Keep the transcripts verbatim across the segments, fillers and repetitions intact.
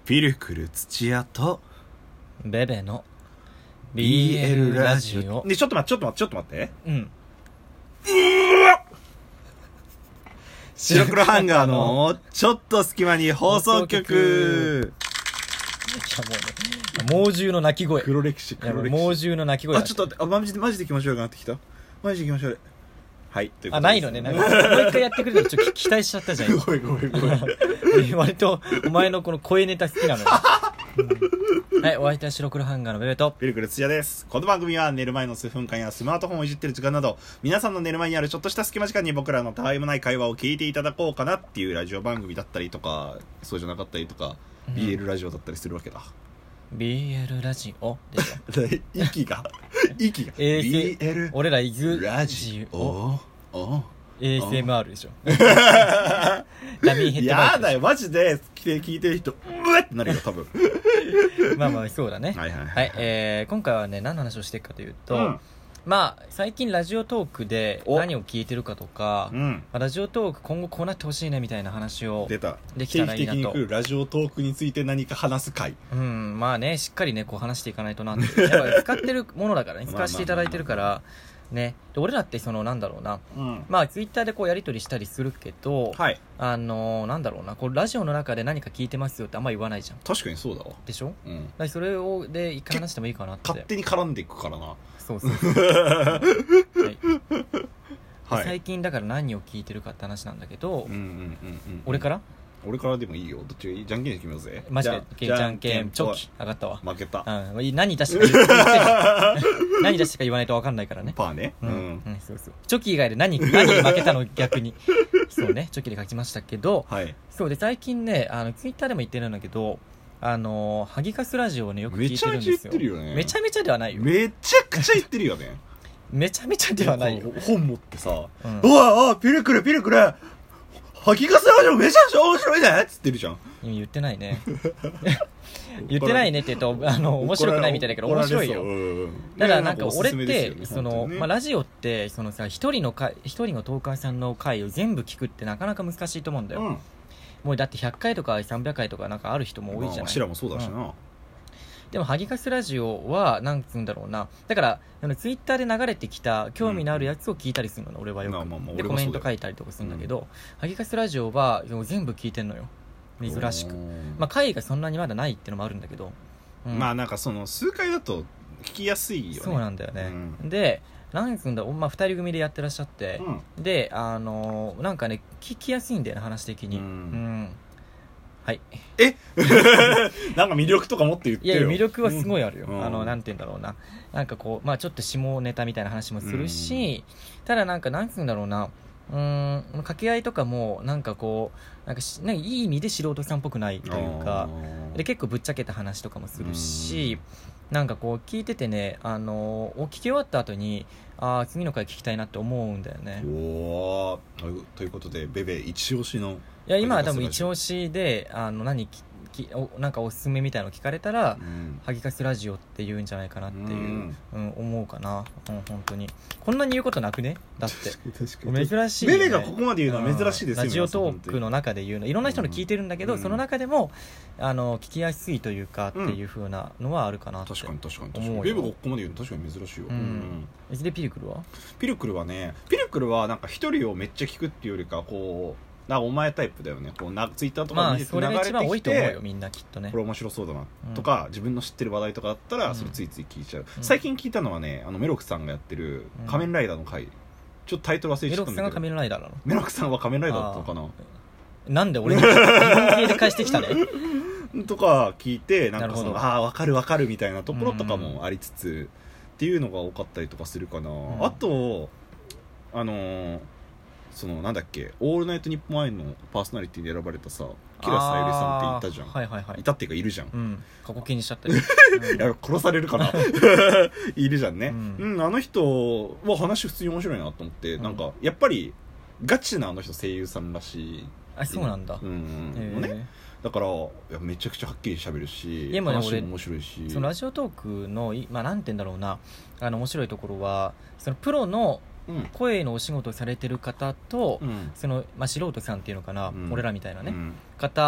ピルクル土屋とベベの ビーエル ラジオ。 でちょっと待ってちょっと待ってちょっと待ってうん。 白黒ハンガーのちょっと隙間に放送局。 いやもうね、猛獣の鳴き声。 黒歴史黒歴史。 猛獣の鳴き声。 あ、ちょっと待って、あ、マジでマジで気持ち悪くなってきた。マジで気持ち悪い。はい。 あ、ないのね。なんかもう一回やってくれたらちょっと期待しちゃったじゃん。 ごめんごめんごめん。 割とお前のこの声ネタ好きなのよ。うん、はい、お相手は白黒ハンガーのベベとピルクル土屋です。この番組は寝る前の数分間やスマートフォンをいじってる時間など、皆さんの寝る前にあるちょっとした隙間時間に僕らのたわいもない会話を聞いていただこうかなっていうラジオ番組だったりとか、そうじゃなかったりとか、うん、ビーエル ラジオだったりするわけだ。ビーエル ラジオでしょ。 息が息がビーエル 俺らイグラジオおエーエスエムアール でしょ。ダミーヘッドバイク。 やだよマジで来て聞いてる人うえってなるよ多分。 まあまあそうだね。 はいはいはい、 はい、えー、今回はね何の話をしていくかというと、うん、まあ最近ラジオトークで何を聞いてるかとか、うん、ラジオトーク今後こうなってほしいねみたいな話を出たできたらいいなと。 定期的に来るラジオトークについて何か話す回。 うん、まあねしっかりねこう話していかないとなって。やっぱ使ってるものだからね使わせていただいてるからね。で俺らってそのなんだろうな、うん、まあツイッターでこうやり取りしたりするけど、はい、あのー、なんだろうなこうラジオの中で何か聞いてますよってあんま言わないじゃん。 確かにそうだわ。 でしょ、うん、だそれをで一回話してもいいかなって。 勝手に絡んでいくからな。 そうそうそうはい、はい、最近だから何を聞いてるかって話なんだけど、うんうんうんうん、俺から俺からでもいいよ。どっちがいい？じゃんけんで決めようぜ。 マジでじゃんけんチョキ上がったわ。 負けた。 うん、何出してか言って何出してか言わないと分かんないからね。 パーね。 うん、うん、そうそう。チョキ以外で何何で負けたの逆に。そうね、チョキで書きましたけど、はい、そうで最近ねあのツイッターでも言ってるんだけど、あのハギカスラジオをねよく聞いてるんですよ。めちゃめちゃ言ってるよね。めちゃめちゃではないよ。 めちゃくちゃ言ってるよね。 めちゃめちゃではないよ。 本持ってさ、うん、うわあピルクルピルクルハギカスラジオめちゃくちゃ面白いねっつってるじゃん。 言ってないね。言ってないねって言うとあの面白くないみたいだけど面白いよ。だからなんか俺ってそのまあラジオってそのさ一人の回一人のトーカーさんの回を全部聞くってなかなか難しいと思うんだよ。うん、もうだってひゃっかいとかさんびゃっかいとかなんかある人も多いじゃない。 わしらもそうだしな。うん、 でもハギカスラジオはなんつうんだろうな。だからあのツイッターで流れてきた興味のあるやつを聞いたりするのね、うん、俺はよく、まあまあまあ、でコメント書いたりとかするんだけど、うん、ハギカスラジオは全部聞いてんのよ珍しく。まあ回がそんなにまだないってのもあるんだけど、 うん、まあなんかその数回だと聞きやすいよね。 そうなんだよね、うん、でなんつうんだ、まあ、ふたり組でやってらっしゃって、うん、であのー、なんかね聞きやすいんだよね話的に。うん、うんはい、 えなんか魅力とか持って言ってよ。 いや魅力はすごいあるよ、うん、あのなんて言うんだろうな、なんかこうまあちょっと下ネタみたいな話もするし、うん、ただなんかなんつうんだろうな、うーん掛け合いとかもなんかこうなんかしなんかいい意味で素人さんっぽくないというかで結構ぶっちゃけた話とかもするし、うん、なんかこう聞いててね、あのー、聞き終わった後にああ次の回聞きたいなって思うんだよね。 おーということでベベ一押しのいや今は多分一押しであの何ききおなんかおすすめみたいなの聞かれたら、うん、ハギカスラジオって言うんじゃないかなっていう、うんうん、思うかな、うん、本当にこんなに言うことなくね。だって珍しい、ね、 ベベがここまで言うのは珍しいですよ、 ラジオトークの中で言うのいろんな人の聞いてるんだけど、うん、その中でもあの聞きやすいというかっていう風なのはあるかなって思うよ。 確かに確かに確かにベベがここまで言うの確かに珍しいよ。 うんうん、でピルクルはピルクルはねピルクルはなんか一人をめっちゃ聞くっていうよりかこうなんかお前タイプだよね。こうなツイッターとか見てて流れてきて、まあ、それが一番多いと思うよみんなきっとね。これ面白そうだな、うん、とか自分の知ってる話題とかだったらそれついつい聞いちゃう、うん、最近聞いたのはねあのメロクさんがやってる仮面ライダーの回、うん、ちょっとタイトル忘れちゃったんだけど。メロクさんが仮面ライダーなの？メロクさんは仮面ライダーだったのかな。 なんで俺に日本系で返してきたねとか聞いてなんかそのああ分かる分かるみたいなところとかもありつつ、うん、っていうのが多かったりとかするかな、うん、あとあのーそのなんだっけオールナイトニッポンアイのパーソナリティで選ばれたさキラさゆりさんっていたじゃん。 はいはいはい、 いたっていうかいるじゃん、うん、 過去形にしちゃったり、 うん、いや殺されるかないるじゃんね、うん、うん、あの人は話普通に面白いなと思って、うん、なんかやっぱりガチなあの人声優さんらしい。 あそうなんだ、 うんうんね、だからいやめちゃくちゃはっきり喋るしでも、ね、 話も面白いしそのラジオトークの、まあ、なんて言うんだろうなあの面白いところはそのプロの声のお仕事をされてる方と、うん、そのまあ、素人さんっていうのかな、うん、俺らみたいなね、うん、方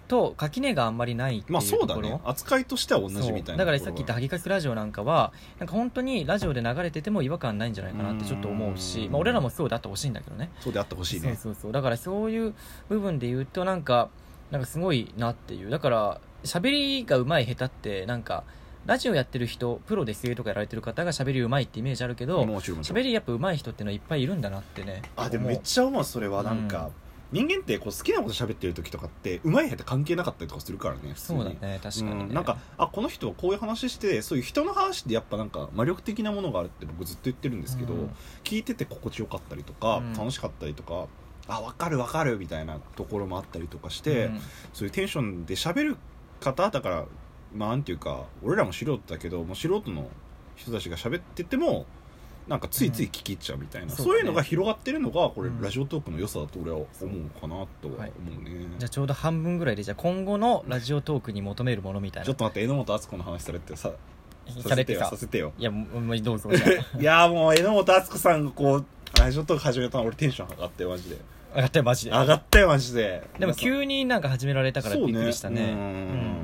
と垣根があんまりないっていうところ、まあそうだね、 扱いとしては同じみたいな。 だからさっき言ったハギカスラジオなんかはなんか本当にラジオで流れてても違和感ないんじゃないかなってちょっと思うし、まあ、俺らもそうであってほしいんだけどね。 そうであってほしいね。 そうそうそう、だからそういう部分で言うとなんかなんかすごいなっていう。だから喋りが上手い下手ってなんかラジオやってる人、プロで声優とかやられてる方が喋り上手いってイメージあるけど、喋りやっぱ上手い人ってのはいっぱいいるんだなってね。 あ、でもめっちゃ思う。それはなんか、うん、人間ってこう好きなこと喋ってる時とかって上手い下手関係なかったりとかするからね。 そうだね、確かにね、 うん、なんかあこの人はこういう話して、そういう人の話でやっぱなんか魔力的なものがあるって僕ずっと言ってるんですけど、うん、聞いてて心地よかったりとか、うん、楽しかったりとか、あ分かる分かるみたいなところもあったりとかして、うん、そういうテンションで喋る方だから、まあなんていうか俺らも素人だけどもう素人の人たちが喋っててもなんかついつい聞き入っちゃうみたいな、うん、そういうのが広がってるのがこれ、うん、ラジオトークの良さだと俺は思うかなとは思うね、はい、 じゃあちょうど半分ぐらいでじゃあ今後のラジオトークに求めるものみたいな。 ちょっと待って、榎本敦子の話されてさされてささせてよ。 いやもうどうぞじゃあいやもう榎本敦子さんがこうラジオトーク始めたの俺テンション上がってマジで上がったよマジで上がったよマジで。 でも急になんか始められたからびっくりしたね。 そうね、うん、うん、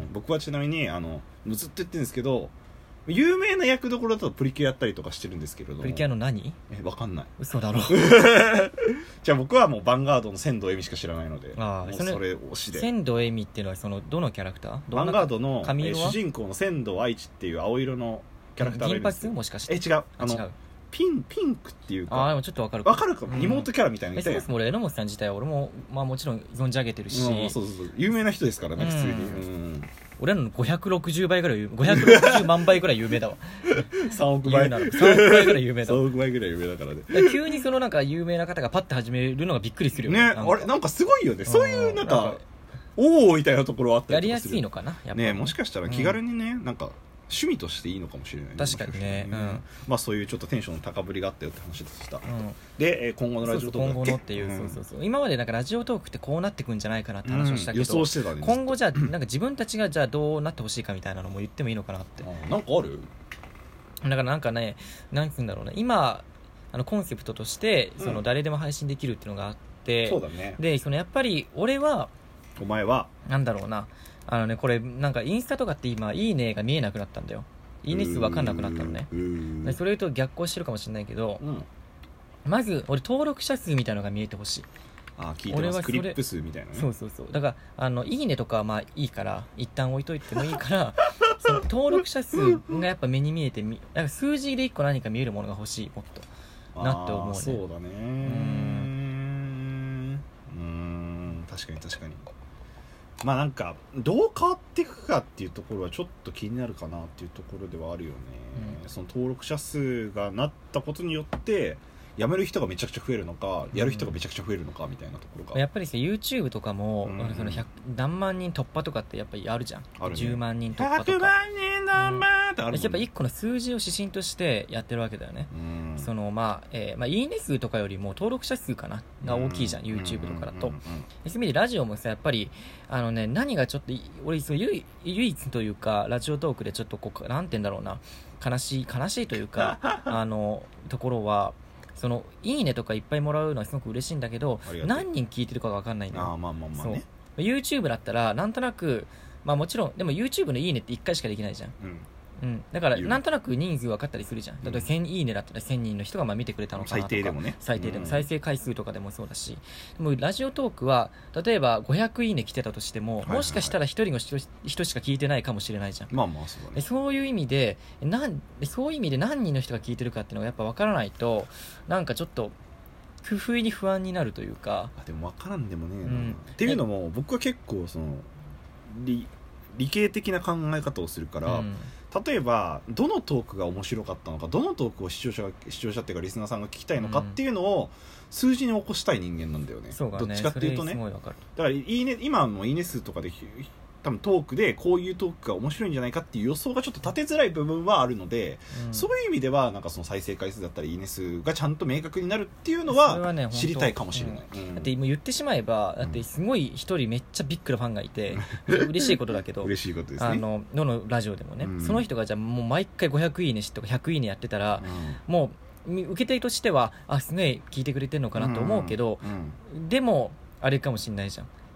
僕はちなみにあのずっと言ってるんですけど有名な役どころだとプリキュアやったりとかしてるんですけれども。 プリキュアの何？ えわかんない。 嘘だろじゃあ僕はもうヴァンガードの仙道恵美しか知らないので、 あもうそれ推しで。 仙道恵美っていうのはそのどのキャラクター？ ヴァンガードの主人公の仙道愛知っていう青色のキャラクターがいるんです。 銀髪もしかして？ え違う、あのピンピンクっていうか、 あでもちょっとわかるわかるかも、うん、妹キャラみたいな人。そもそも俺榎本さん自体は俺も、まあ、もちろん存じ上げてるし、 うん、そうそうそう有名な人ですからね、うん、普通に、うん、 俺らのごひゃくろくじゅうばいぐらいごひゃくろくじゅうまんばいぐらい有名だわさんおくばいさんおくばいぐらい有名だわさんおくばいぐらい有名だからね。 だから急にそのなんか有名な方がパッて始めるのがびっくりするよね。 ね、あれなんかすごいよね、そういうなんかおおみたいなところあったりとかする。 やりやすいのかなやっぱね、もしかしたら気軽にね、うん、なんか趣味としていいのかもしれない、ね、 確かにね、うん、 まあそういうちょっとテンションの高ぶりがあったよって話でした、うん、で今後のラジオトーク今後のっていう、うん、そうそうそう今までなんかラジオトークってこうなってくんじゃないかなって話をしたけど、 うん、予想してたね。 今後じゃあなんか自分たちがじゃあどうなってほしいかみたいなのも言ってもいいのかなって。 あなんかある？ だからなんかね、なんて言うんだろうね、今あのコンセプトとしてその誰でも配信できるっていうのがあって、 うん、そうだね。 でそのやっぱり俺はお前はなんだろうな、あのねこれなんかインスタとかって今いいねが見えなくなったんだよ。いいね数分かんなくなったのね。でそれと逆行してるかもしれないけど、うん、まず俺登録者数みたいなのが見えてほしい。 あ聞いてます。クリップ数みたいなね。 そうそうそう。だからあのいいねとかはまあいいから一旦置いといてもいいからその登録者数がやっぱ目に見えてみなんか数字で一個何か見えるものが欲しいもっとなって思うね。 そうだね。うんうん確かに確かに。まあなんかどう変わっていくかっていうところはちょっと気になるかなっていうところではあるよね、うん、その登録者数がなったことによって辞める人がめちゃくちゃ増えるのか、やる人がめちゃくちゃ増えるのかみたいなところが、 やっぱりさ YouTube とかも、うん、その何万人突破とかってやっぱりあるじゃん、あるね、じゅうまんにん突破とかひゃくまんにん何万ってあるもんね、やっぱ一個の数字を指針としてやってるわけだよね、うん、そのまあ、えーまあ、いいね数とかよりも登録者数かなが大きいじゃん、うん、YouTube とかだと、うんうんうんうん、そういう意味でラジオもさやっぱりあのね何がちょっと俺そう唯唯一というかラジオトークでちょっとこうなんて言うんだろうな悲しい悲しいというかあのところはそのいいねとかいっぱいもらうのはすごく嬉しいんだけど何人聞いてるかが分かんないんだよ。 あまあまあまあね、 そう YouTube だったらなんとなくまあもちろんでも YouTube のいいねっていっかいしかできないじゃん、うんうん、だからなんとなく人数分かったりするじゃん。例えばせんいいねだったらせんにんの人がまあ見てくれたのかなとか、 最低でもね最低でも再生回数とかでもそうだし、でもラジオトークは例えばごひゃくいいね来てたとしても、もしかしたらひとりの人しか聞いてないかもしれないじゃん。 まあまあそうだね。 そういう意味でなんそういう意味で何人の人が聞いてるかっていうのがやっぱ分からないとなんかちょっと不不意に不安になるというか。 あでも分からんでもねえな、うん、っていうのも僕は結構その 理, 理系的な考え方をするから、うん例えばどのトークが面白かったのかどのトークを視聴者が視聴者っていうかリスナーさんが聞きたいのかっていうのを数字に起こしたい人間なんだよね、 そうねどっちかっていうとね。 だからいいね今のいいね数とかで多分トークでこういうトークが面白いんじゃないかっていう予想がちょっと立てづらい部分はあるので、うん、そういう意味ではなんかその再生回数だったりいいね数がちゃんと明確になるっていうのは知りたいかもしれない、 うんうん、だってもう言ってしまえばだってすごい一人めっちゃビッグなファンがいて、うん、嬉しいことだけど嬉しいことですね。 あのどのラジオでもね、うん、その人がじゃあもう毎回ごひゃくいいねとかひゃくいいねやってたら、うん、もう受け手としてはあすげえ聞いてくれてるのかなと思うけど、うんうん、でもあれかもしれないじゃん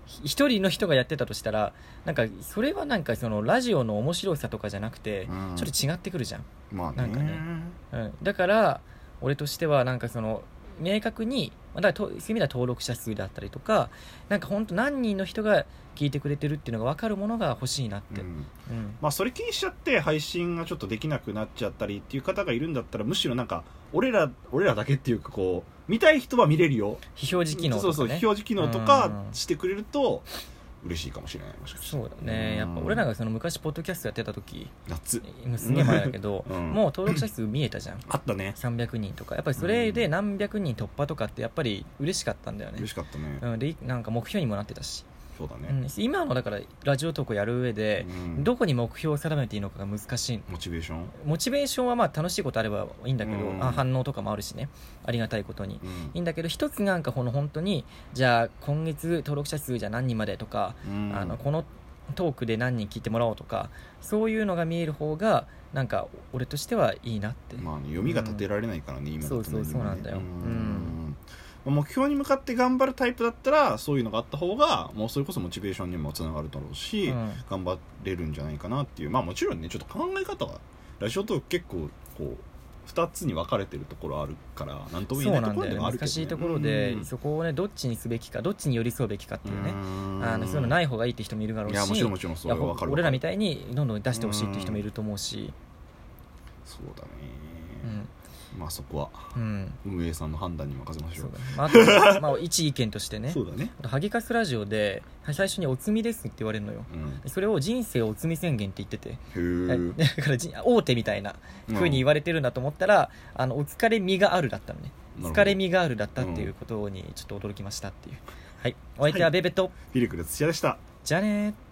一人の人がやってたとしたらなんかそれはなんかそのラジオの面白さとかじゃなくて、うん、ちょっと違ってくるじゃん、 まあね、 なんかね、うん、だから俺としてはなんかその明確にだからそういう意味では登録者数であったりとかなんか本当何人の人が聞いてくれてるっていうのが分かるものが欲しいなって、うんうん、 まあそれ気にしちゃって配信がちょっとできなくなっちゃったりっていう方がいるんだったらむしろなんか俺ら俺らだけっていうかこう見たい人は見れるよ非表示機能とか、ね、 そうそう非表示機能とかしてくれると嬉しいかもしれない。もしかしてそうだね、やっぱ俺らがその昔ポッドキャストやってた時夏すげえ前だけど、うん、もう登録者数見えたじゃんあったねさんびゃくにんとかやっぱりそれで何百人突破とかってやっぱり嬉しかったんだよね。 嬉しかったね、 うん、でなんか目標にもなってたしそうだね、 うん、今のだからラジオトークをやる上で、うん、どこに目標を定めていいのかが難しい。 モチベーションモチベーションはまあ楽しいことあればいいんだけど、うん、あ反応とかもあるしねありがたいことに、うん、いいんだけど一つなんかこの本当にじゃあ今月登録者数じゃ何人までとか、うん、あのこのトークで何人聞いてもらおうとかそういうのが見える方がなんか俺としてはいいなって。 まあ、ね、読みが立てられないからね、うん、今だとね。 そうそうそうなんだよ。うん、うん目標に向かって頑張るタイプだったらそういうのがあった方がもうそれこそモチベーションにもつながるだろうし、うん、頑張れるんじゃないかなっていう。まあもちろんねちょっと考え方はラジオトーク結構こうふたつに分かれてるところあるから何とも言えないところでもあるけど、ね、 難しいところで、うん、そこをねどっちにすべきかどっちに寄り添うべきかっていうねあのそういうのない方がいいって人もいるだろうし、いやもちろんもちろんそれは分かる。俺らみたいにどんどん出してほしいっていう人もいると思うし、 そうだね、 うんまあそこは運営さんの判断に任せましょう。そうだね、 まあ、あとまあ一意見としてねそうだね、 ハギカスラジオで最初におつみですって言われるのよ、うん、それを人生おつみ宣言って言っててへーだから大手みたいな風に言われてるんだと思ったら、うん、あのお疲れみがあるだったのね。疲れみがあるだったっていうことにちょっと驚きましたっていう、はい、お相手はベベとフィリクル土屋でした。 じゃあねー。